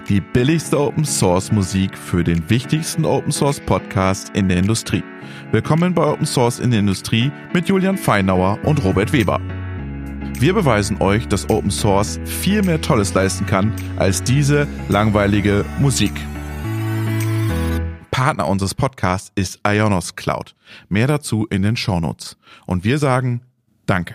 Die billigste Open Source Musik für den wichtigsten Open Source Podcast in der Industrie. Willkommen bei Open Source in der Industrie mit Julian Feinauer und Robert Weber. Wir beweisen euch, dass Open Source viel mehr Tolles leisten kann als diese langweilige Musik. Partner unseres Podcasts ist Ionos Cloud. Mehr dazu in den Shownotes. Und wir sagen Danke.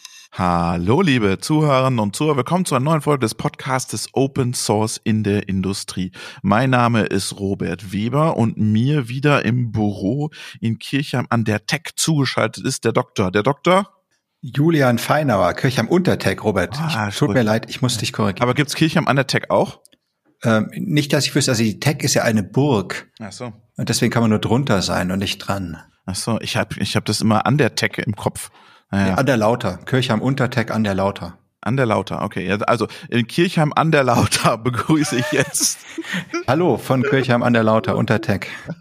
Hallo liebe Zuhörerinnen und Zuhörer, willkommen zu einer neuen Folge des Podcastes Open Source in der Industrie. Mein Name ist Robert Weber und mir wieder im Büro in Kirchheim an der Tech zugeschaltet ist der Doktor. Der Doktor? Julian Feinauer, Kirchheim unter Tech, Robert. Tut mir leid, ich muss dich korrigieren. Aber gibt's Kirchheim an der Tech auch? Nicht, dass ich wüsste, also die Tech ist ja eine Burg. Ach so. Und deswegen kann man nur drunter sein und nicht dran. Ach so, ich hab das immer an der Tech im Kopf. Ja. An der Lauter. Kirchheim unter Tech an der Lauter. An der Lauter, okay. Also in Kirchheim an der Lauter begrüße ich jetzt. Hallo von Kirchheim an der Lauter unter Tech.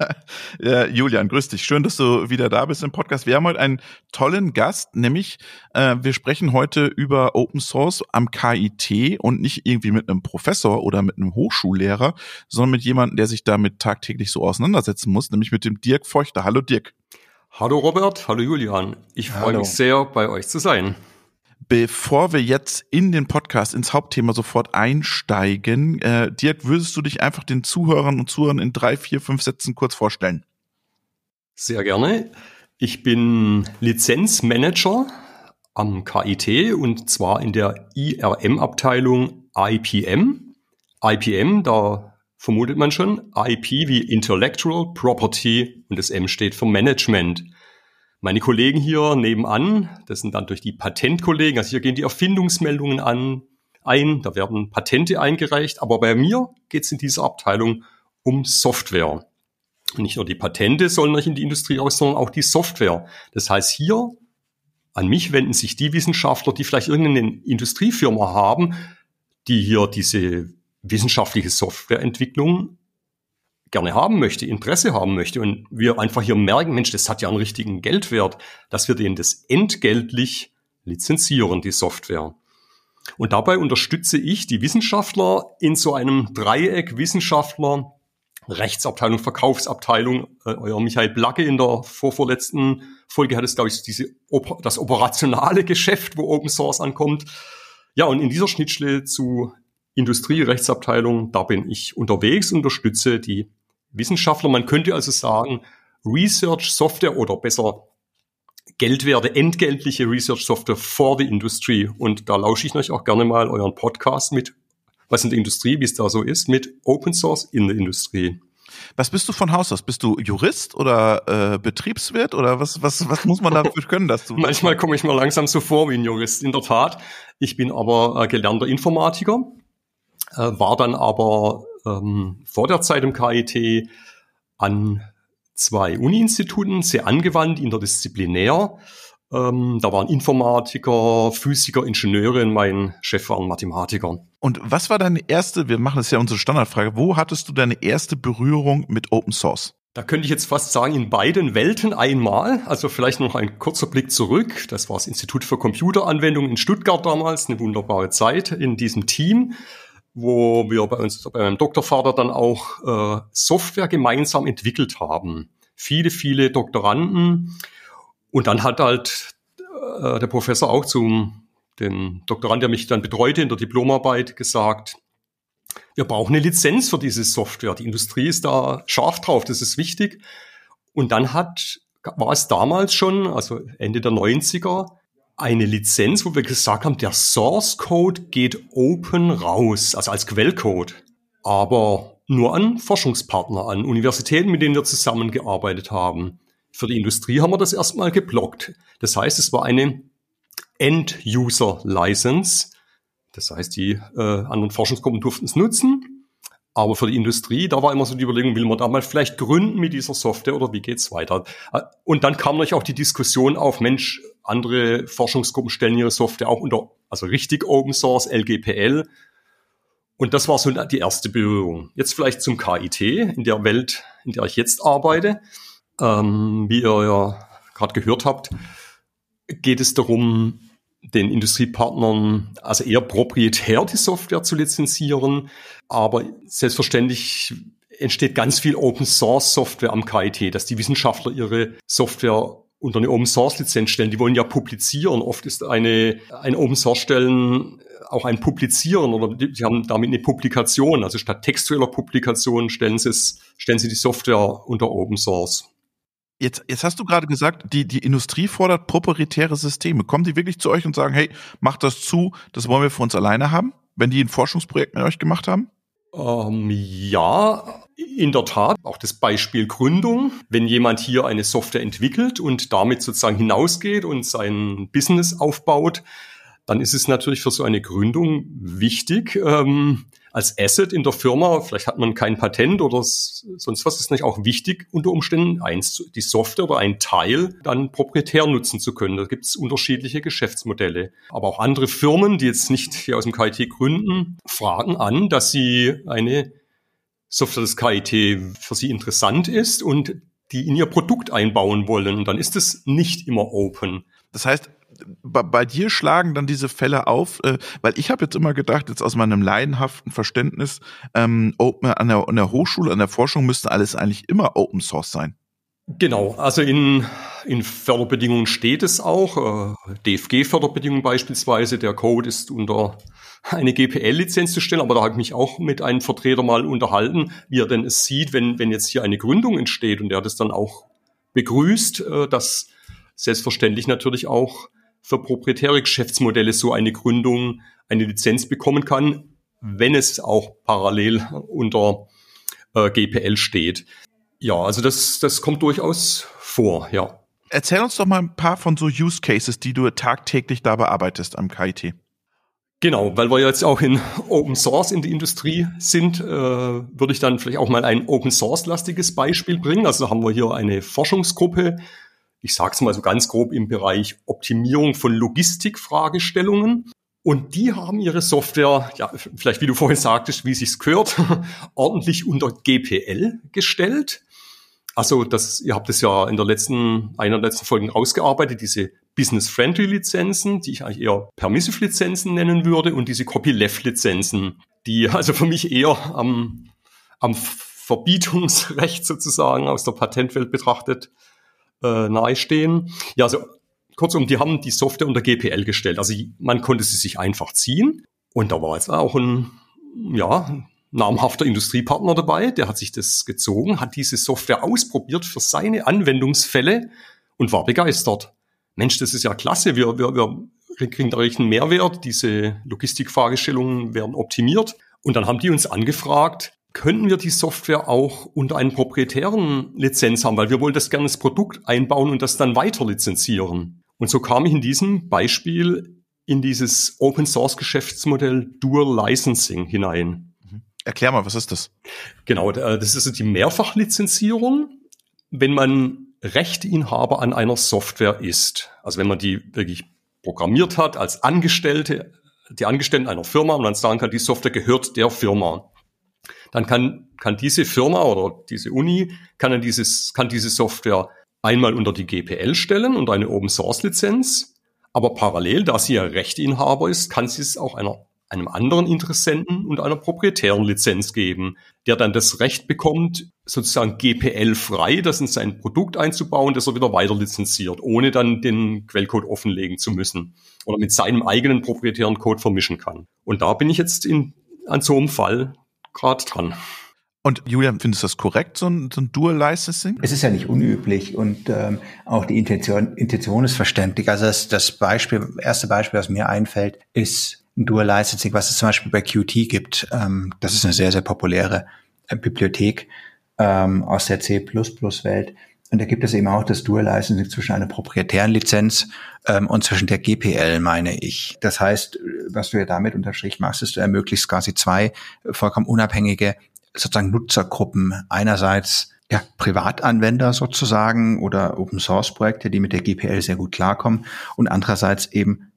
Ja, Julian, grüß dich. Schön, dass du wieder da bist im Podcast. Wir haben heute einen tollen Gast, nämlich wir sprechen heute über Open Source am KIT und nicht irgendwie mit einem Professor oder mit einem Hochschullehrer, sondern mit jemandem, der sich damit tagtäglich so auseinandersetzen muss, nämlich mit dem Dirk Feuchter. Hallo Dirk. Hallo Robert, hallo Julian. Ich freue mich sehr, bei euch zu sein. Bevor wir jetzt in den Podcast, ins Hauptthema sofort einsteigen, Dirk, würdest du dich einfach den Zuhörern und Zuhörern in 3, 4, 5 Sätzen kurz vorstellen? Sehr gerne. Ich bin Lizenzmanager am KIT und zwar in der IRM-Abteilung IPM. IPM, da vermutet man schon, IP wie Intellectual Property und das M steht für Management. Meine Kollegen hier nebenan, das sind dann durch die Patentkollegen, also hier gehen die Erfindungsmeldungen ein, da werden Patente eingereicht, aber bei mir geht es in dieser Abteilung um Software. Und nicht nur die Patente sollen nicht in die Industrie raus, sondern auch die Software. Das heißt, hier an mich wenden sich die Wissenschaftler, die vielleicht irgendeine Industriefirma haben, die hier diese wissenschaftliche Softwareentwicklung gerne haben möchte, Interesse haben möchte und wir einfach hier merken, Mensch, das hat ja einen richtigen Geldwert, dass wir denen das entgeltlich lizenzieren, die Software. Und dabei unterstütze ich die Wissenschaftler in so einem Dreieck Wissenschaftler, Rechtsabteilung, Verkaufsabteilung. Euer Michael Blacke in der vorletzten Folge hat es, glaube ich, das operationale Geschäft, wo Open Source ankommt. Ja, und in dieser Schnittstelle zu Industrie, Rechtsabteilung, da bin ich unterwegs, unterstütze die Wissenschaftler. Man könnte also sagen, Research Software oder besser Geldwerte, entgeltliche Research Software for the Industry. Und da lausche ich euch auch gerne mal euren Podcast mit, was in der Industrie, wie es da so ist, mit Open Source in der Industrie. Was bist du von Haus aus? Bist du Jurist oder Betriebswirt oder was muss man dafür können, dass du? Manchmal komme ich mir langsam so vor wie ein Jurist, in der Tat. Ich bin aber gelernter Informatiker. War dann aber vor der Zeit im KIT an 2 Uni-Instituten, sehr angewandt, interdisziplinär. Da waren Informatiker, Physiker, Ingenieure und mein Chef war ein Mathematiker. Und was war deine erste, wir machen das ja unsere Standardfrage, wo hattest du deine erste Berührung mit Open Source? Da könnte ich jetzt fast sagen, in beiden Welten einmal. Also vielleicht noch ein kurzer Blick zurück. Das war das Institut für Computeranwendung in Stuttgart damals, eine wunderbare Zeit in diesem Team, wo wir bei meinem Doktorvater dann auch Software gemeinsam entwickelt haben. Viele, viele Doktoranden. Und dann hat halt der Professor auch zum dem Doktorand, der mich dann betreute in der Diplomarbeit, gesagt, wir brauchen eine Lizenz für diese Software. Die Industrie ist da scharf drauf, das ist wichtig. Und dann war es damals schon, also Ende der 90er, eine Lizenz, wo wir gesagt haben, der Source Code geht open raus, also als Quellcode, aber nur an Forschungspartner, an Universitäten, mit denen wir zusammengearbeitet haben. Für die Industrie haben wir das erstmal geblockt. Das heißt, es war eine End-User-License. Das heißt, die anderen Forschungsgruppen durften es nutzen. Aber für die Industrie, da war immer so die Überlegung, will man da mal vielleicht gründen mit dieser Software oder wie geht's weiter? Und dann kam natürlich auch die Diskussion auf, Mensch, andere Forschungsgruppen stellen ihre Software auch unter, also richtig Open Source, LGPL. Und das war so die erste Berührung. Jetzt vielleicht zum KIT, in der Welt, in der ich jetzt arbeite. Wie ihr ja gerade gehört habt, geht es darum, den Industriepartnern also eher proprietär die Software zu lizenzieren, aber selbstverständlich entsteht ganz viel Open-Source-Software am KIT, dass die Wissenschaftler ihre Software unter eine Open-Source-Lizenz stellen. Die wollen ja publizieren. Oft ist ein Open-Source-Stellen auch ein Publizieren oder die haben damit eine Publikation. Also statt textueller Publikation stellen sie die Software unter Open-Source. Jetzt hast du gerade gesagt, die Industrie fordert proprietäre Systeme. Kommen die wirklich zu euch und sagen, hey, macht das zu, das wollen wir für uns alleine haben, wenn die ein Forschungsprojekt mit euch gemacht haben? Ja, in der Tat. Auch das Beispiel Gründung. Wenn jemand hier eine Software entwickelt und damit sozusagen hinausgeht und sein Business aufbaut, dann ist es natürlich für so eine Gründung wichtig, als Asset in der Firma, vielleicht hat man kein Patent oder sonst was, ist nicht auch wichtig, unter Umständen die Software oder ein Teil dann proprietär nutzen zu können. Da gibt es unterschiedliche Geschäftsmodelle. Aber auch andere Firmen, die jetzt nicht hier aus dem KIT gründen, fragen an, dass sie eine Software des KIT für sie interessant ist und die in ihr Produkt einbauen wollen. Dann ist es nicht immer open. Das heißt, bei dir schlagen dann diese Fälle auf, weil ich habe jetzt immer gedacht, jetzt aus meinem laienhaften Verständnis, an der Hochschule, an der Forschung müsste alles eigentlich immer Open Source sein. Genau, also in Förderbedingungen steht es auch, DFG-Förderbedingungen beispielsweise, der Code ist unter eine GPL-Lizenz zu stellen, aber da habe ich mich auch mit einem Vertreter mal unterhalten, wie er denn es sieht, wenn jetzt hier eine Gründung entsteht, und er hat es dann auch begrüßt, dass selbstverständlich natürlich auch für proprietäre Geschäftsmodelle so eine Gründung eine Lizenz bekommen kann, wenn es auch parallel unter GPL steht. Ja, also das kommt durchaus vor, ja. Erzähl uns doch mal ein paar von so Use Cases, die du tagtäglich da bearbeitest am KIT. Genau, weil wir jetzt auch in Open Source in der Industrie sind, würde ich dann vielleicht auch mal ein Open Source-lastiges Beispiel bringen. Also haben wir hier eine Forschungsgruppe, ich sage es mal so ganz grob, im Bereich Optimierung von Logistikfragestellungen. Und die haben ihre Software, ja, vielleicht wie du vorhin sagtest, wie es sich gehört, ordentlich unter GPL gestellt. Also ihr habt es ja in einer der letzten Folgen rausgearbeitet, diese Business-Friendly-Lizenzen, die ich eigentlich eher Permissive-Lizenzen nennen würde, und diese Copyleft-Lizenzen, die also für mich eher am Verbietungsrecht sozusagen aus der Patentwelt betrachtet nahestehen. Ja, also kurzum, die haben die Software unter GPL gestellt. Also man konnte sie sich einfach ziehen. Und da war jetzt auch ein namhafter Industriepartner dabei, der hat sich das gezogen, hat diese Software ausprobiert für seine Anwendungsfälle und war begeistert. Mensch, das ist ja klasse, wir kriegen da richtig einen Mehrwert, diese Logistikfragestellungen werden optimiert. Und dann haben die uns angefragt, könnten wir die Software auch unter einen proprietären Lizenz haben, weil wir wollen das gerne ins Produkt einbauen und das dann weiter lizenzieren. Und so kam ich in diesem Beispiel in dieses Open-Source-Geschäftsmodell Dual Licensing hinein. Erklär mal, was ist das? Genau, das ist die Mehrfachlizenzierung, wenn man Rechteinhaber an einer Software ist. Also wenn man die wirklich programmiert hat als Angestellte, die Angestellten einer Firma, und dann sagen kann, die Software gehört der Firma. Dann kann diese Firma oder diese Uni kann diese Software einmal unter die GPL stellen und eine Open-Source-Lizenz, aber parallel, da sie ja Rechteinhaber ist, kann sie es auch einem anderen Interessenten und einer proprietären Lizenz geben, der dann das Recht bekommt, sozusagen GPL-frei das in sein Produkt einzubauen, das er wieder weiter lizenziert, ohne dann den Quellcode offenlegen zu müssen oder mit seinem eigenen proprietären Code vermischen kann. Und da bin ich jetzt an so einem Fall gerade dran. Und Julian, findest du das korrekt, so ein Dual Licensing? Es ist ja nicht unüblich und auch die Intention ist verständlich. Also das erste Beispiel, was mir einfällt, ist ein Dual Licensing, was es zum Beispiel bei Qt gibt. Das ist eine sehr, sehr populäre Bibliothek aus der C++-Welt. Und da gibt es eben auch das Dual Licensing zwischen einer proprietären Lizenz und zwischen der GPL, meine ich. Das heißt, was du ja damit unterm Strich machst, ist, du ermöglichst quasi zwei vollkommen unabhängige sozusagen Nutzergruppen. Einerseits ja Privatanwender sozusagen oder Open-Source-Projekte, die mit der GPL sehr gut klarkommen, und andererseits eben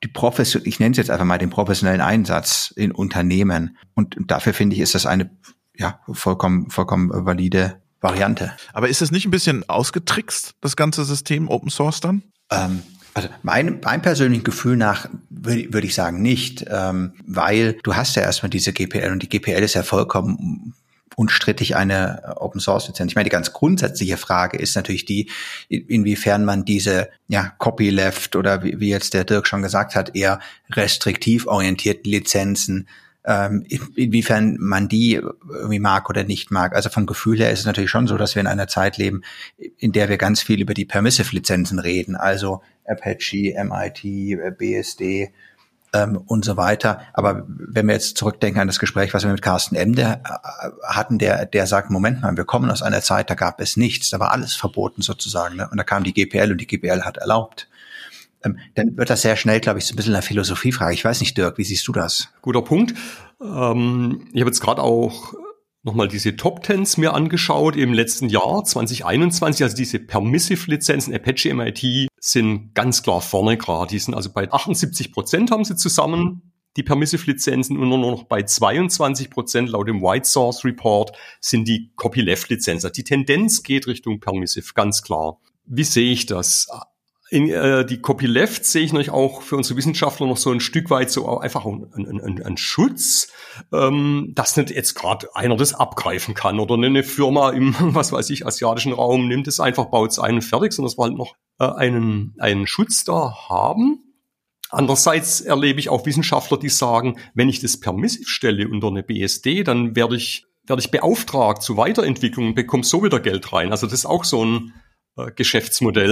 ich nenne es jetzt einfach mal den professionellen Einsatz in Unternehmen. Und dafür finde ich, ist das eine vollkommen valide Variante. Aber ist es nicht ein bisschen ausgetrickst, das ganze System Open Source dann? Also Also mein persönlichen Gefühl nach würde ich sagen nicht, weil du hast ja erstmal diese GPL und die GPL ist ja vollkommen unstrittig eine Open-Source-Lizenz. Ich meine, die ganz grundsätzliche Frage ist natürlich die, inwiefern man diese Copyleft oder wie jetzt der Dirk schon gesagt hat, eher restriktiv orientierten Lizenzen, inwiefern man die irgendwie mag oder nicht mag. Also vom Gefühl her ist es natürlich schon so, dass wir in einer Zeit leben, in der wir ganz viel über die Permissive-Lizenzen reden, also Apache, MIT, BSD, und so weiter. Aber wenn wir jetzt zurückdenken an das Gespräch, was wir mit Carsten Emde hatten, der sagt, Moment mal, wir kommen aus einer Zeit, da gab es nichts, da war alles verboten sozusagen, ne? Und da kam die GPL und die GPL hat erlaubt. Dann wird das sehr schnell, glaube ich, so ein bisschen eine Philosophiefrage. Ich weiß nicht, Dirk, wie siehst du das? Guter Punkt. Ich habe jetzt gerade auch nochmal diese Top Tens mir angeschaut im letzten Jahr, 2021, also diese Permissive-Lizenzen, Apache, MIT, sind ganz klar vorne gerade. Die sind also bei 78% haben sie zusammen, die Permissive-Lizenzen, und nur noch bei 22% laut dem White Source Report sind die Copyleft-Lizenzen. Die Tendenz geht Richtung Permissive, ganz klar. Wie sehe ich das? Die Copyleft sehe ich natürlich auch für unsere Wissenschaftler noch so ein Stück weit so einfach ein Schutz, dass nicht jetzt gerade einer das abgreifen kann oder eine Firma im, was weiß ich, asiatischen Raum nimmt es einfach, baut es ein und fertig, sondern dass wir halt noch einen Schutz da haben. Andererseits erlebe ich auch Wissenschaftler, die sagen, wenn ich das permissiv stelle unter eine BSD, dann werde ich beauftragt zur Weiterentwicklung und bekomme so wieder Geld rein. Also das ist auch so ein Geschäftsmodell,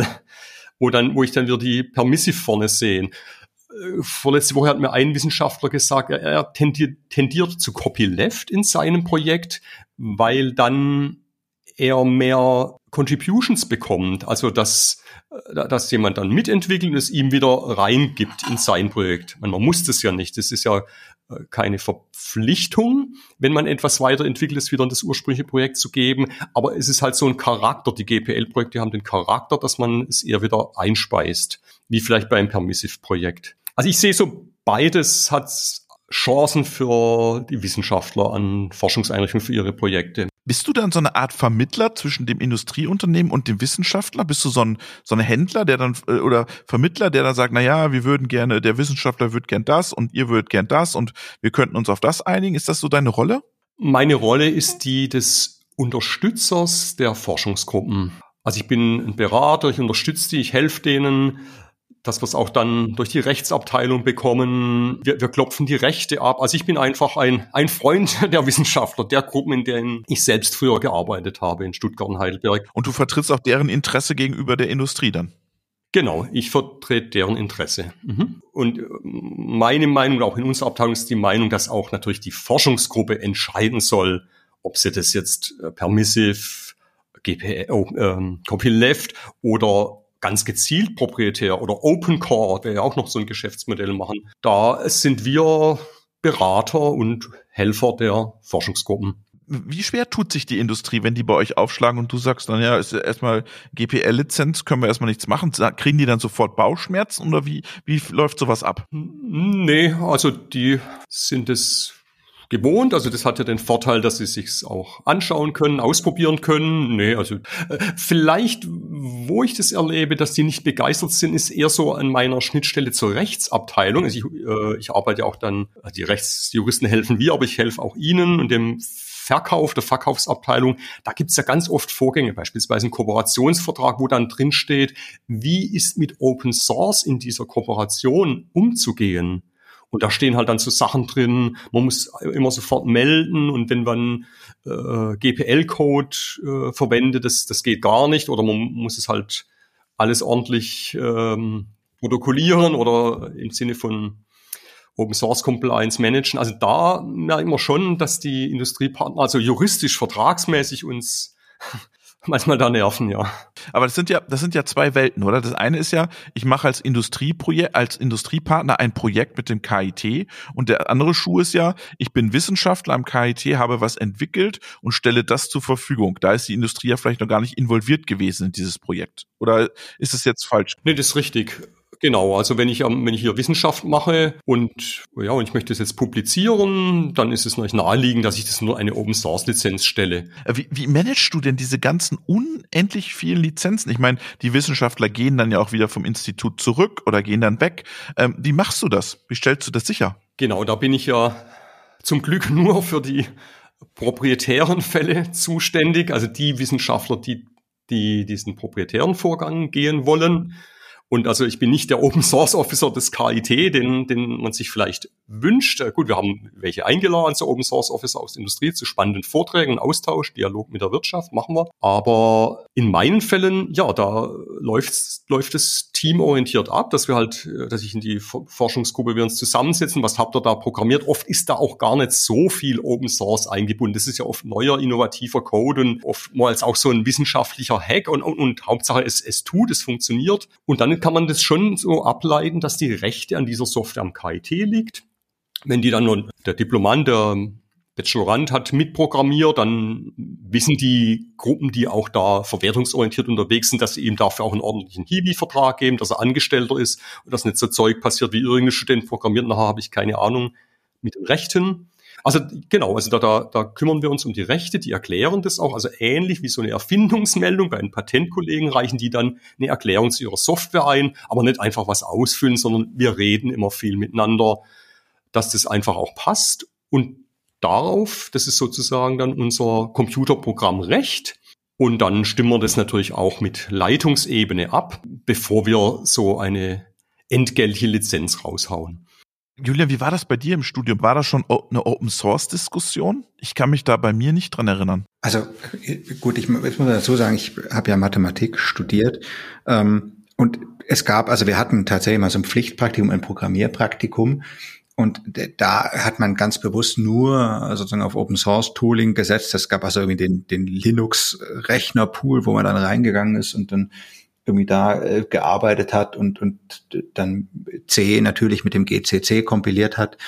wo ich dann wieder die Permissive vorne sehe. Vorletzte Woche hat mir ein Wissenschaftler gesagt, er tendiert zu Copyleft in seinem Projekt, weil dann er mehr Contributions bekommt, also dass jemand dann mitentwickelt und es ihm wieder reingibt in sein Projekt. Man muss das ja nicht, das ist ja keine Verpflichtung, wenn man etwas weiterentwickelt, es wieder in das ursprüngliche Projekt zu geben, aber es ist halt so ein Charakter, die GPL-Projekte haben den Charakter, dass man es eher wieder einspeist, wie vielleicht bei einem Permissive-Projekt. Also ich sehe so, beides hat Chancen für die Wissenschaftler an Forschungseinrichtungen für ihre Projekte. Bist du dann so eine Art Vermittler zwischen dem Industrieunternehmen und dem Wissenschaftler? Bist du so ein Händler, der dann oder Vermittler, der dann sagt, na ja, wir würden gerne, der Wissenschaftler würde gern das und ihr würdet gern das und wir könnten uns auf das einigen? Ist das so deine Rolle? Meine Rolle ist die des Unterstützers der Forschungsgruppen. Also ich bin ein Berater, ich unterstütze die, ich helfe denen, dass wir es auch dann durch die Rechtsabteilung bekommen. Wir klopfen die Rechte ab. Also ich bin einfach ein Freund der Wissenschaftler, der Gruppen, in denen ich selbst früher gearbeitet habe, in Stuttgart und Heidelberg. Und du vertrittst auch deren Interesse gegenüber der Industrie dann? Genau, ich vertrete deren Interesse. Und meine Meinung, auch in unserer Abteilung, ist die Meinung, dass auch natürlich die Forschungsgruppe entscheiden soll, ob sie das jetzt Permissive, Copyleft oder ganz gezielt proprietär oder Open Core, der ja auch noch so ein Geschäftsmodell machen. Da sind wir Berater und Helfer der Forschungsgruppen. Wie schwer tut sich die Industrie, wenn die bei euch aufschlagen und du sagst dann, ja, ist erstmal GPL-Lizenz, können wir erstmal nichts machen? Kriegen die dann sofort Bauchschmerzen oder wie läuft sowas ab? Nee, also die sind es gewohnt, also das hat ja den Vorteil, dass sie sich's auch anschauen können, ausprobieren können. Nee, also vielleicht, wo ich das erlebe, dass die nicht begeistert sind, ist eher so an meiner Schnittstelle zur Rechtsabteilung. Also ich arbeite auch dann, die Rechtsjuristen helfen wir, aber ich helfe auch ihnen und dem Verkauf, der Verkaufsabteilung. Da gibt's ja ganz oft Vorgänge, beispielsweise einen Kooperationsvertrag, wo dann drin steht, wie ist mit Open Source in dieser Kooperation umzugehen? Und da stehen halt dann so Sachen drin, man muss immer sofort melden und wenn man GPL-Code verwendet, das geht gar nicht oder man muss es halt alles ordentlich protokollieren oder im Sinne von Open Source Compliance managen. Also da merken wir schon, dass die Industriepartner, also juristisch, vertragsmäßig uns manchmal da nerven, ja. Aber das sind ja zwei Welten, oder? Das eine ist ja, ich mache als Industriepartner ein Projekt mit dem KIT und der andere Schuh ist ja, ich bin Wissenschaftler am KIT, habe was entwickelt und stelle das zur Verfügung. Da ist die Industrie ja vielleicht noch gar nicht involviert gewesen in dieses Projekt. Oder ist es jetzt falsch? Nee, das ist richtig. Genau, also wenn ich hier Wissenschaft mache und ich möchte es jetzt publizieren, dann ist es natürlich naheliegend, dass ich das nur eine Open-Source-Lizenz stelle. Wie managst du denn diese ganzen unendlich vielen Lizenzen? Ich meine, die Wissenschaftler gehen dann ja auch wieder vom Institut zurück oder gehen dann weg. Wie machst du das? Wie stellst du das sicher? Genau, da bin ich ja zum Glück nur für die proprietären Fälle zuständig, also die Wissenschaftler, die diesen proprietären Vorgang gehen wollen. Und also ich bin nicht der Open Source Officer des KIT, den man sich vielleicht wünscht. Gut, wir haben welche eingeladen, so Open Source Officer aus der Industrie zu spannenden Vorträgen, Austausch, Dialog mit der Wirtschaft, machen wir. Aber in meinen Fällen, ja, da läuft es teamorientiert ab, dass ich in die Forschungsgruppe wir uns zusammensetzen. Was habt ihr da programmiert? Oft ist da auch gar nicht so viel Open Source eingebunden. Das ist ja oft neuer, innovativer Code und oftmals auch so ein wissenschaftlicher Hack und Hauptsache es funktioniert. Und dann kann man das schon so ableiten, dass die Rechte an dieser Software am KIT liegt. Wenn die dann nur der Diplomant, der Bachelorand hat mitprogrammiert, dann wissen die Gruppen, die auch da verwertungsorientiert unterwegs sind, dass sie ihm dafür auch einen ordentlichen Hiwi-Vertrag geben, dass er Angestellter ist und dass nicht so Zeug passiert, wie irgendein Student programmiert, nachher habe ich keine Ahnung mit den Rechten. Also genau, also da kümmern wir uns um die Rechte, die erklären das auch, also ähnlich wie so eine Erfindungsmeldung bei den Patentkollegen reichen die dann eine Erklärung zu ihrer Software ein, aber nicht einfach was ausfüllen, sondern wir reden immer viel miteinander, dass das einfach auch passt und darauf, das ist sozusagen dann unser Computerprogramm Recht und dann stimmen wir das natürlich auch mit Leitungsebene ab, bevor wir so eine entgeltliche Lizenz raushauen. Julian, wie war das bei dir im Studium? War das schon eine Open-Source-Diskussion? Ich kann mich da bei mir nicht dran erinnern. Also gut, ich muss dazu sagen, ich habe ja Mathematik studiert und wir hatten tatsächlich mal so ein Pflichtpraktikum, ein Programmierpraktikum und da hat man ganz bewusst nur sozusagen auf Open-Source-Tooling gesetzt. Es gab also irgendwie den Linux-Rechner-Pool, wo man dann reingegangen ist und dann irgendwie da gearbeitet hat und dann C natürlich mit dem GCC kompiliert hat.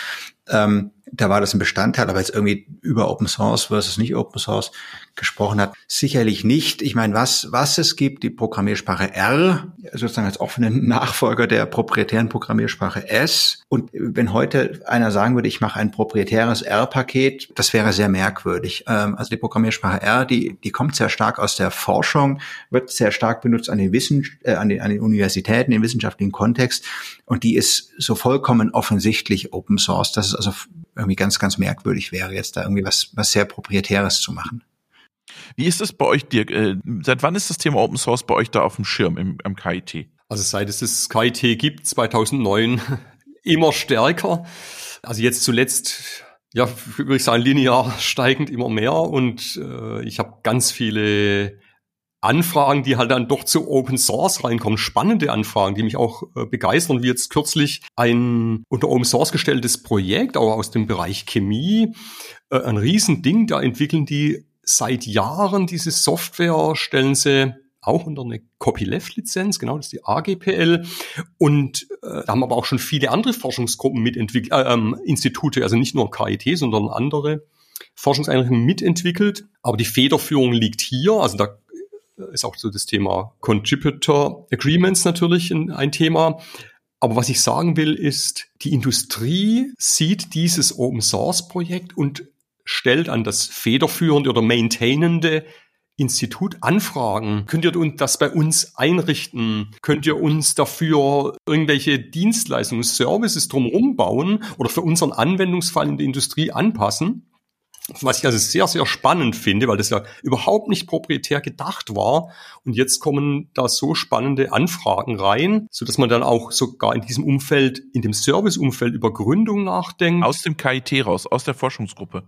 Da war das ein Bestandteil, aber jetzt irgendwie über Open Source versus nicht Open Source gesprochen hat, sicherlich nicht. Ich meine, was es gibt, die Programmiersprache R, sozusagen als offenen Nachfolger der proprietären Programmiersprache S. Und wenn heute einer sagen würde, ich mache ein proprietäres R-Paket, das wäre sehr merkwürdig. Also die Programmiersprache R, die kommt sehr stark aus der Forschung, wird sehr stark benutzt an den Universitäten, im wissenschaftlichen Kontext. Und die ist so vollkommen offensichtlich Open Source, dass es also irgendwie ganz, ganz merkwürdig wäre, jetzt da irgendwie was sehr Proprietäres zu machen. Wie ist es bei euch, Dirk? Seit wann ist das Thema Open Source bei euch da auf dem Schirm am KIT? Also seit es das KIT gibt, 2009, immer stärker. Also jetzt zuletzt, ja, würde ich sagen, linear steigend immer mehr. Und ich habe ganz viele Anfragen, die halt dann doch zu Open Source reinkommen, spannende Anfragen, die mich auch begeistern, wie jetzt kürzlich ein unter Open Source gestelltes Projekt, auch aus dem Bereich Chemie, ein Riesending, da entwickeln die seit Jahren diese Software, stellen sie auch unter eine Copyleft-Lizenz, genau, das ist die AGPL. Und da haben aber auch schon viele andere Forschungsgruppen mitentwickelt, Institute, also nicht nur KIT, sondern andere Forschungseinrichtungen mitentwickelt. Aber die Federführung liegt hier, also da ist auch so das Thema Contributor Agreements natürlich ein Thema. Aber was ich sagen will, ist, die Industrie sieht dieses Open-Source-Projekt und stellt an das federführende oder maintainende Institut Anfragen. Könnt ihr das bei uns einrichten? Könnt ihr uns dafür irgendwelche Dienstleistungen, Services drumherum bauen oder für unseren Anwendungsfall in der Industrie anpassen? Was ich also sehr, sehr spannend finde, weil das ja überhaupt nicht proprietär gedacht war. Und jetzt kommen da so spannende Anfragen rein, sodass man dann auch sogar in diesem Umfeld, in dem Serviceumfeld über Gründung nachdenkt. Aus dem KIT raus, aus der Forschungsgruppe.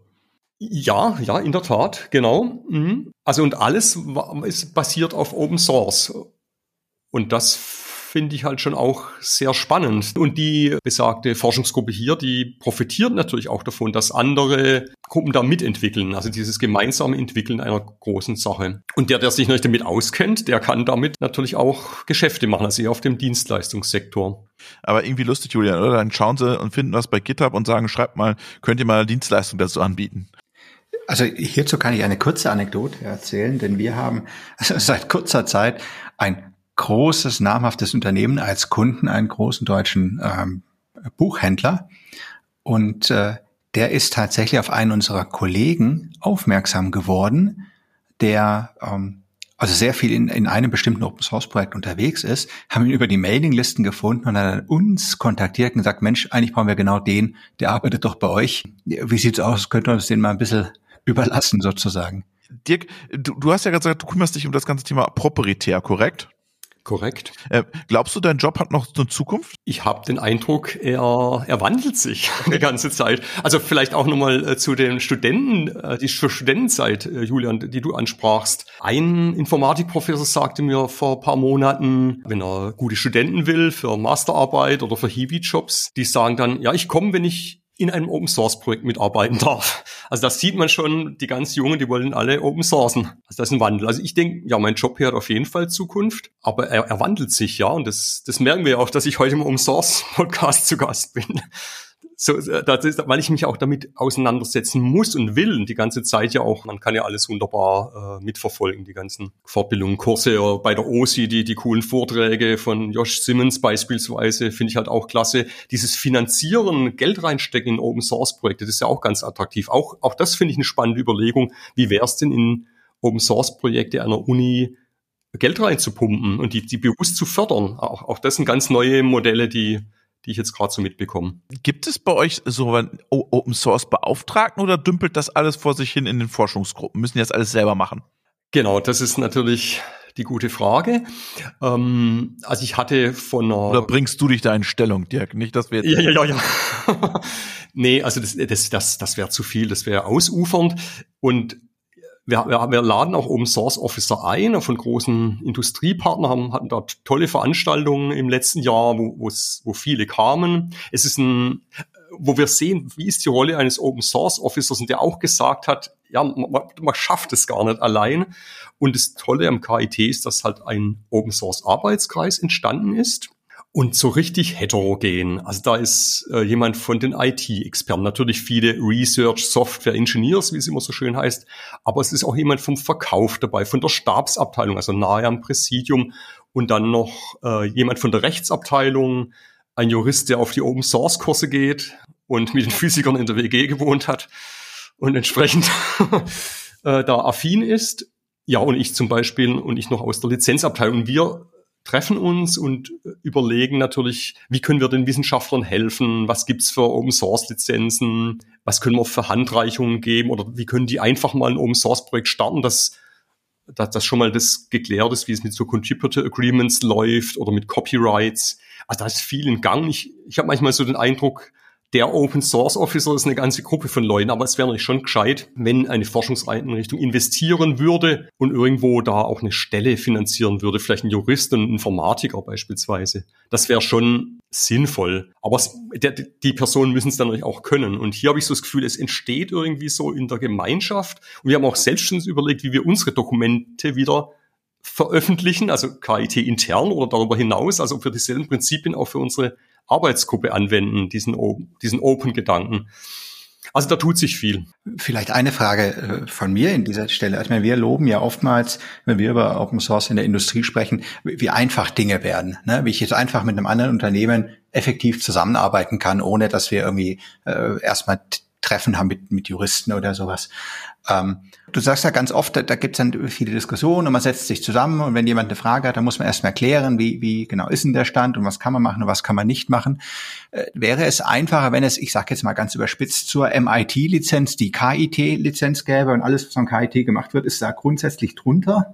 Ja, in der Tat, genau. Also und alles ist basiert auf Open Source. Und das finde ich halt schon auch sehr spannend. Und die besagte Forschungsgruppe hier, die profitiert natürlich auch davon, dass andere Gruppen da mitentwickeln. Also dieses gemeinsame Entwickeln einer großen Sache. Und der sich nicht damit auskennt, der kann damit natürlich auch Geschäfte machen, also eher auf dem Dienstleistungssektor. Aber irgendwie lustig, Julian, oder? Dann schauen sie und finden was bei GitHub und sagen, schreibt mal, könnt ihr mal eine Dienstleistung dazu anbieten? Also hierzu kann ich eine kurze Anekdote erzählen, denn wir haben also seit kurzer Zeit ein großes, namhaftes Unternehmen als Kunden, einen großen deutschen Buchhändler. Und der ist tatsächlich auf einen unserer Kollegen aufmerksam geworden, der also sehr viel in einem bestimmten Open-Source-Projekt unterwegs ist, haben ihn über die Mailinglisten gefunden und hat uns kontaktiert und gesagt, Mensch, eigentlich brauchen wir genau den, der arbeitet doch bei euch. Wie sieht's aus? Könnt ihr uns den mal ein bisschen überlassen sozusagen? Dirk, du hast ja gesagt, du kümmerst dich um das ganze Thema proprietär, korrekt? Korrekt. Glaubst du, dein Job hat noch eine Zukunft? Ich habe den Eindruck, er wandelt sich die ganze Zeit. Also vielleicht auch nochmal zu den Studenten, die Studentenzeit, Julian, die du ansprachst. Ein Informatikprofessor sagte mir vor ein paar Monaten, wenn er gute Studenten will für Masterarbeit oder für Hiwi-Jobs, die sagen dann, ja, ich komme, wenn ich in einem Open-Source-Projekt mitarbeiten darf. Also das sieht man schon, die ganz Jungen, die wollen alle Open Sourcen. Also das ist ein Wandel. Also ich denke, ja, mein Job hier hat auf jeden Fall Zukunft, aber er wandelt sich, ja, und das merken wir ja auch, dass ich heute im Open Source-Podcast zu Gast bin. So, das ist, weil ich mich auch damit auseinandersetzen muss und will, die ganze Zeit ja auch. Man kann ja alles wunderbar mitverfolgen, die ganzen Fortbildungen, Kurse bei der OSI, die coolen Vorträge von Josh Simmons beispielsweise, finde ich halt auch klasse. Dieses Finanzieren, Geld reinstecken in Open-Source-Projekte, das ist ja auch ganz attraktiv. Auch das finde ich eine spannende Überlegung. Wie wäre es denn in Open-Source-Projekte einer Uni Geld reinzupumpen und die bewusst zu fördern? Auch das sind ganz neue Modelle, die ich jetzt gerade so mitbekomme. Gibt es bei euch so einen Open-Source-Beauftragten oder dümpelt das alles vor sich hin in den Forschungsgruppen? Müssen die das alles selber machen? Genau, das ist natürlich die gute Frage. Also ich hatte von einer... Oder bringst du dich da in Stellung, Dirk? Nicht, dass wir jetzt... Ja. Nee, also das wäre zu viel, das wäre ausufernd. Und wir laden auch Open Source Officer ein von großen Industriepartnern, hatten dort tolle Veranstaltungen im letzten Jahr, wo viele kamen. Es ist wo wir sehen, wie ist die Rolle eines Open Source Officers, und der auch gesagt hat, ja, man schafft es gar nicht allein. Und das Tolle am KIT ist, dass halt ein Open Source Arbeitskreis entstanden ist. Und so richtig heterogen. Also da ist jemand von den IT-Experten, natürlich viele Research, Software Engineers, wie es immer so schön heißt, aber es ist auch jemand vom Verkauf dabei, von der Stabsabteilung, also nahe am Präsidium, und dann noch jemand von der Rechtsabteilung, ein Jurist, der auf die Open-Source-Kurse geht und mit den Physikern in der WG gewohnt hat und entsprechend da affin ist. Ja, und ich zum Beispiel, und ich noch aus der Lizenzabteilung. Wir treffen uns und überlegen natürlich, wie können wir den Wissenschaftlern helfen, was gibt's für Open-Source-Lizenzen, was können wir für Handreichungen geben oder wie können die einfach mal ein Open-Source-Projekt starten, dass schon mal das geklärt ist, wie es mit so Contributor-Agreements läuft oder mit Copyrights. Also da ist viel in Gang. Ich habe manchmal so den Eindruck, der Open Source Officer ist eine ganze Gruppe von Leuten, aber es wäre natürlich schon gescheit, wenn eine Forschungseinrichtung investieren würde und irgendwo da auch eine Stelle finanzieren würde, vielleicht ein Jurist und ein Informatiker beispielsweise. Das wäre schon sinnvoll. Aber die Personen müssen es dann natürlich auch können. Und hier habe ich so das Gefühl, es entsteht irgendwie so in der Gemeinschaft. Und wir haben auch selbst schon überlegt, wie wir unsere Dokumente wieder veröffentlichen, also KIT intern oder darüber hinaus, also ob wir dieselben Prinzipien auch für unsere Arbeitsgruppe anwenden, diesen Open-Gedanken. Also da tut sich viel. Vielleicht eine Frage von mir in dieser Stelle. Also wir loben ja oftmals, wenn wir über Open Source in der Industrie sprechen, wie einfach Dinge werden, ne? Wie ich jetzt einfach mit einem anderen Unternehmen effektiv zusammenarbeiten kann, ohne dass wir irgendwie erstmal Treffen haben mit Juristen oder sowas. Du sagst ja ganz oft, da gibt's dann viele Diskussionen und man setzt sich zusammen und wenn jemand eine Frage hat, dann muss man erstmal erklären, wie genau ist denn der Stand und was kann man machen und was kann man nicht machen. Wäre es einfacher, wenn es, ich sage jetzt mal ganz überspitzt, zur MIT-Lizenz die KIT-Lizenz gäbe und alles, was am KIT gemacht wird, ist da grundsätzlich drunter?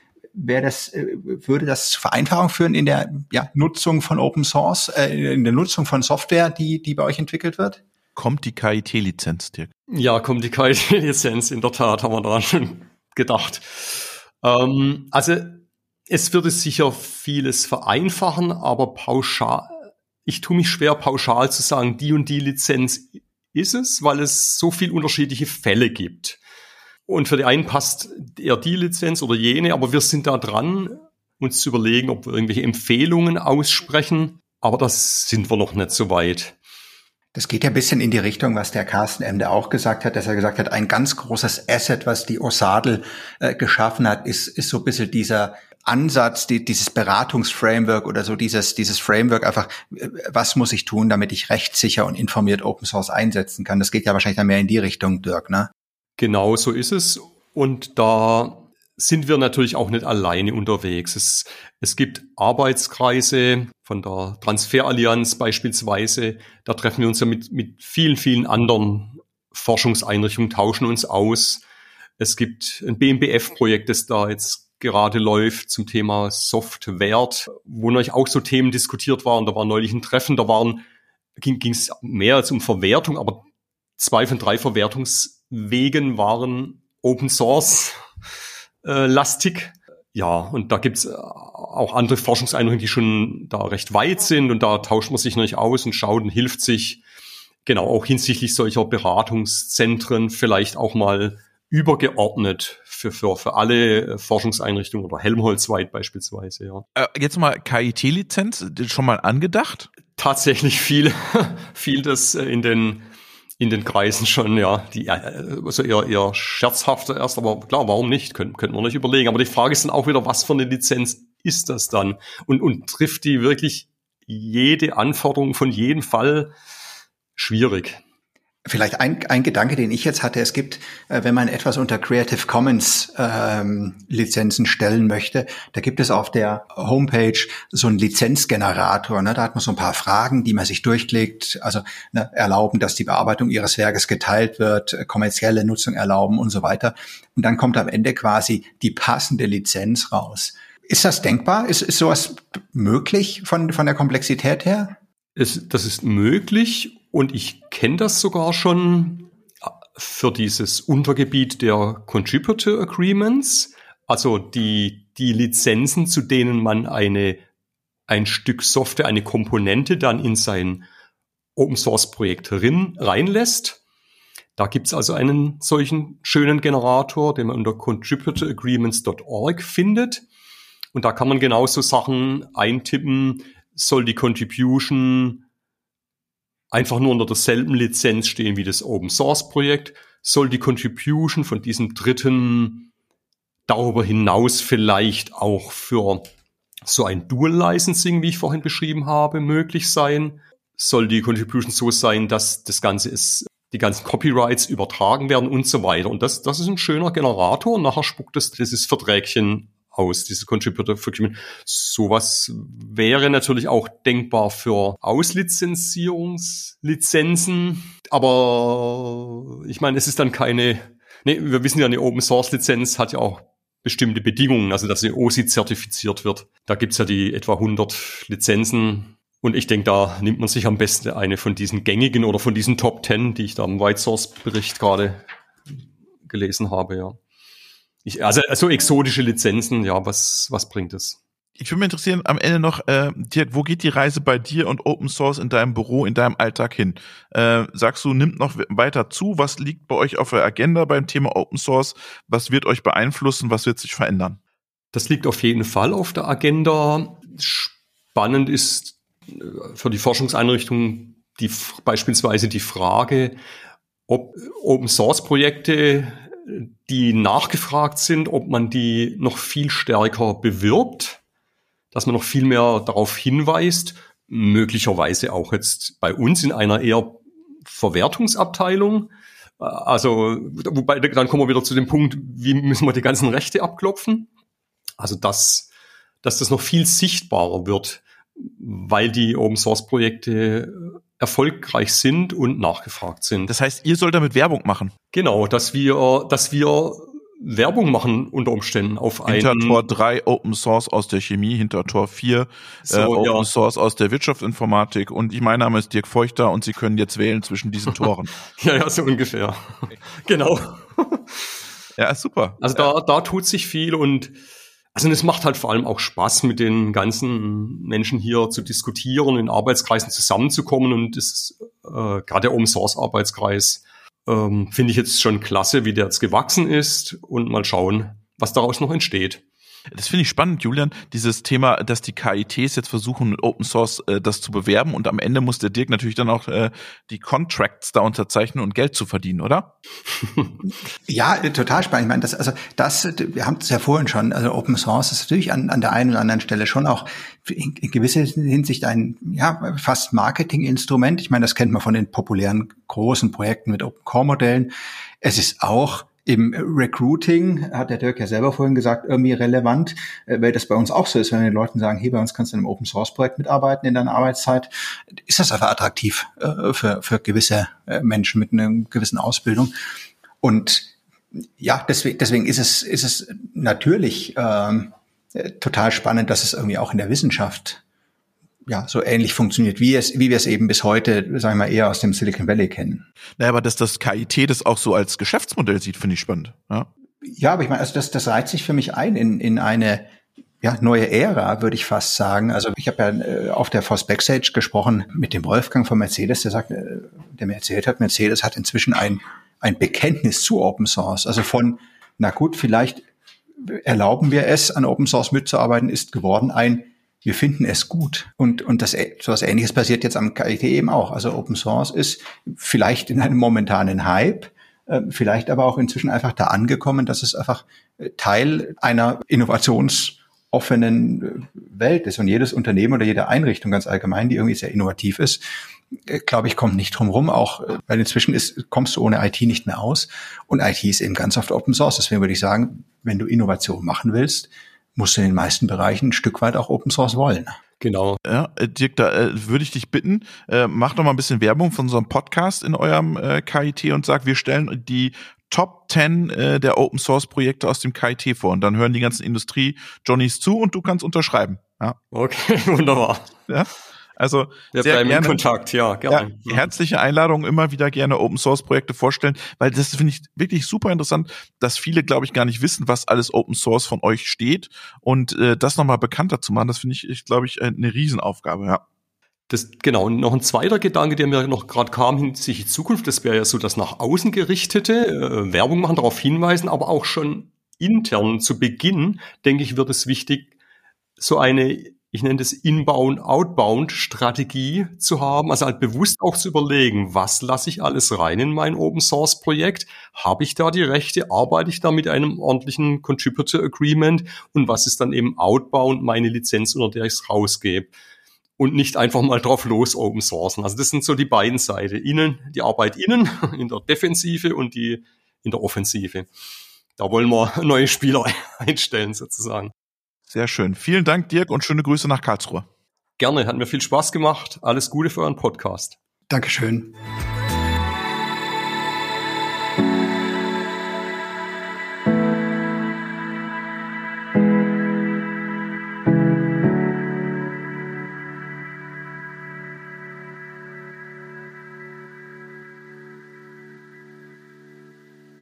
Würde das zu Vereinfachung führen in der Nutzung von Open Source, in der Nutzung von Software, die bei euch entwickelt wird? Kommt die KIT-Lizenz, Dirk? Ja, kommt die KIT-Lizenz. In der Tat haben wir daran schon gedacht. Also es würde sicher vieles vereinfachen, aber ich tue mich schwer, pauschal zu sagen, die und die Lizenz ist es, weil es so viel unterschiedliche Fälle gibt. Und für die einen passt eher die Lizenz oder jene, aber wir sind da dran, uns zu überlegen, ob wir irgendwelche Empfehlungen aussprechen. Aber das sind wir noch nicht so weit. Das geht ja ein bisschen in die Richtung, was der Carsten Emde auch gesagt hat, dass er gesagt hat, ein ganz großes Asset, was die OSADL geschaffen hat, ist so ein bisschen dieser Ansatz, dieses Beratungsframework oder so, dieses Framework einfach, was muss ich tun, damit ich rechtssicher und informiert Open Source einsetzen kann? Das geht ja wahrscheinlich dann mehr in die Richtung, Dirk, ne? Genau so ist es. Und da sind wir natürlich auch nicht alleine unterwegs. Es gibt Arbeitskreise von der Transferallianz beispielsweise. Da treffen wir uns ja mit vielen, vielen anderen Forschungseinrichtungen, tauschen uns aus. Es gibt ein BMBF-Projekt, das da jetzt gerade läuft zum Thema Software, wo neulich auch so Themen diskutiert waren. Da war neulich ein Treffen, ging es mehr als um Verwertung, aber 2 von 3 Verwertungswegen waren Open Source lastig. Ja, und da gibt's auch andere Forschungseinrichtungen, die schon da recht weit sind, und da tauscht man sich natürlich aus und schaut und hilft sich, genau, auch hinsichtlich solcher Beratungszentren vielleicht auch mal übergeordnet für alle Forschungseinrichtungen oder helmholtzweit beispielsweise, ja. Jetzt mal KIT-Lizenz, schon mal angedacht? Tatsächlich viel das in den Kreisen schon, ja, also eher scherzhafter erst, aber klar, warum nicht? Könnten wir nicht überlegen. Aber die Frage ist dann auch wieder, was für eine Lizenz ist das dann? Und trifft die wirklich jede Anforderung von jedem Fall? Schwierig. Vielleicht ein Gedanke, den ich jetzt hatte, es gibt, wenn man etwas unter Creative Commons Lizenzen stellen möchte, da gibt es auf der Homepage so einen Lizenzgenerator, ne? Da hat man so ein paar Fragen, die man sich durchklickt, also ne, erlauben, dass die Bearbeitung ihres Werkes geteilt wird, kommerzielle Nutzung erlauben und so weiter. Und dann kommt am Ende quasi die passende Lizenz raus. Ist das denkbar? Ist sowas möglich von der Komplexität her? Das ist möglich. Und ich kenne das sogar schon für dieses Untergebiet der Contributor Agreements, also die Lizenzen, zu denen man ein Stück Software, eine Komponente dann in sein Open-Source-Projekt reinlässt. Da gibt's also einen solchen schönen Generator, den man unter contributoragreements.org findet. Und da kann man genauso Sachen eintippen, soll die Contribution einfach nur unter derselben Lizenz stehen wie das Open-Source-Projekt, soll die Contribution von diesem Dritten darüber hinaus vielleicht auch für so ein Dual-Licensing, wie ich vorhin beschrieben habe, möglich sein, soll die Contribution so sein, dass das Ganze die ganzen Copyrights übertragen werden und so weiter. Und das ist ein schöner Generator, und nachher spuckt es dieses Verträgchen aus, diese Contributor Agreement. Sowas wäre natürlich auch denkbar für Auslizenzierungslizenzen, aber ich meine, es ist dann wir wissen ja, eine Open Source Lizenz hat ja auch bestimmte Bedingungen, also dass sie OSI zertifiziert wird. Da gibt's ja die etwa 100 Lizenzen, und ich denke, da nimmt man sich am besten eine von diesen gängigen oder von diesen Top 10, die ich da im White Source Bericht gerade gelesen habe, ja. Also exotische Lizenzen, ja, was bringt es? Ich würde mich interessieren, am Ende noch, Dirk, wo geht die Reise bei dir und Open Source in deinem Büro, in deinem Alltag hin? Sagst du, nimmt noch weiter zu? Was liegt bei euch auf der Agenda beim Thema Open Source? Was wird euch beeinflussen? Was wird sich verändern? Das liegt auf jeden Fall auf der Agenda. Spannend ist für die Forschungseinrichtung beispielsweise die Frage, ob Open Source Projekte, die nachgefragt sind, ob man die noch viel stärker bewirbt, dass man noch viel mehr darauf hinweist, möglicherweise auch jetzt bei uns in einer eher Verwertungsabteilung. Also, wobei, dann kommen wir wieder zu dem Punkt, wie müssen wir die ganzen Rechte abklopfen? Also, dass das noch viel sichtbarer wird, weil die Open-Source-Projekte erfolgreich sind und nachgefragt sind. Das heißt, ihr sollt damit Werbung machen? Genau, dass wir Werbung machen unter Umständen auf Hintertor 3 Open Source aus der Chemie, Hintertor 4 Open Source aus der Wirtschaftsinformatik, und mein Name ist Dirk Feuchter und Sie können jetzt wählen zwischen diesen Toren. Ja, so ungefähr. Okay. Genau. Ja, super. Also da tut sich viel, und also es macht halt vor allem auch Spaß, mit den ganzen Menschen hier zu diskutieren, in Arbeitskreisen zusammenzukommen, und das gerade der Open Source Arbeitskreis finde ich jetzt schon klasse, wie der jetzt gewachsen ist, und mal schauen, was daraus noch entsteht. Das finde ich spannend, Julian, dieses Thema, dass die KITs jetzt versuchen, mit Open Source das zu bewerben und am Ende muss der Dirk natürlich dann auch die Contracts da unterzeichnen und Geld zu verdienen, oder? Ja, total spannend. Ich meine, wir haben es ja vorhin schon, also Open Source ist natürlich an der einen oder anderen Stelle schon auch in gewisser Hinsicht ein, ja, fast Marketinginstrument. Ich meine, das kennt man von den populären großen Projekten mit Open Core Modellen. Es ist auch im Recruiting, hat der Dirk ja selber vorhin gesagt, irgendwie relevant, weil das bei uns auch so ist, wenn wir den Leuten sagen, hey, bei uns kannst du in einem Open-Source-Projekt mitarbeiten in deiner Arbeitszeit, ist das einfach attraktiv für gewisse Menschen mit einer gewissen Ausbildung. Und ja, deswegen ist es natürlich total spannend, dass es irgendwie auch in der Wissenschaft ja so ähnlich funktioniert, wie wir es eben bis heute, sagen wir mal, eher aus dem Silicon Valley kennen. Naja, aber dass das KIT das auch so als Geschäftsmodell sieht, finde ich spannend. Ja, aber ich meine, also das reiht sich für mich ein in eine neue Ära, würde ich fast sagen. Also ich habe ja auf der Force Backstage gesprochen mit dem Wolfgang von Mercedes, der mir erzählt hat, Mercedes hat inzwischen ein Bekenntnis zu Open Source. Also von, na gut, vielleicht erlauben wir es, an Open Source mitzuarbeiten, ist geworden wir finden es gut. Und so was Ähnliches passiert jetzt am KIT eben auch. Also Open Source ist vielleicht in einem momentanen Hype, vielleicht aber auch inzwischen einfach da angekommen, dass es einfach Teil einer innovationsoffenen Welt ist. Und jedes Unternehmen oder jede Einrichtung ganz allgemein, die irgendwie sehr innovativ ist, glaube ich, kommt nicht drum rum, auch weil inzwischen kommst du ohne IT nicht mehr aus. Und IT ist eben ganz oft Open Source. Deswegen würde ich sagen, wenn du Innovation machen willst, musst du in den meisten Bereichen ein Stück weit auch Open Source wollen. Genau. Ja, Dirk, da würde ich dich bitten, mach doch mal ein bisschen Werbung von unserem Podcast in eurem KIT und sag, wir stellen die Top 10 der Open Source Projekte aus dem KIT vor und dann hören die ganzen Industrie-Johnnies zu und du kannst unterschreiben. Ja. Okay, wunderbar. Ja. Also wir sehr bleiben gerne in Kontakt, ja, gerne. Ja, herzliche Einladung, immer wieder gerne Open Source Projekte vorstellen, weil das finde ich wirklich super interessant, dass viele, glaube ich, gar nicht wissen, was alles Open Source von euch steht und das nochmal bekannter zu machen, das finde ich, glaube ich, eine Riesenaufgabe, ja. Genau, und noch ein zweiter Gedanke, der mir noch gerade kam hinsichtlich Zukunft, das wäre ja so das nach außen gerichtete, Werbung machen, darauf hinweisen, aber auch schon intern zu Beginn, denke ich, wird es wichtig, so eine, ich nenne das Inbound-Outbound-Strategie zu haben, also halt bewusst auch zu überlegen, was lasse ich alles rein in mein Open-Source-Projekt, habe ich da die Rechte, arbeite ich da mit einem ordentlichen Contributor-Agreement und was ist dann eben Outbound, meine Lizenz, unter der ich es rausgebe. Und nicht einfach mal drauf los Open Sourcen. Also das sind so die beiden Seiten. Die Arbeit innen, in der Defensive und die in der Offensive. Da wollen wir neue Spieler einstellen sozusagen. Sehr schön. Vielen Dank, Dirk, und schöne Grüße nach Karlsruhe. Gerne, hat mir viel Spaß gemacht. Alles Gute für euren Podcast. Dankeschön.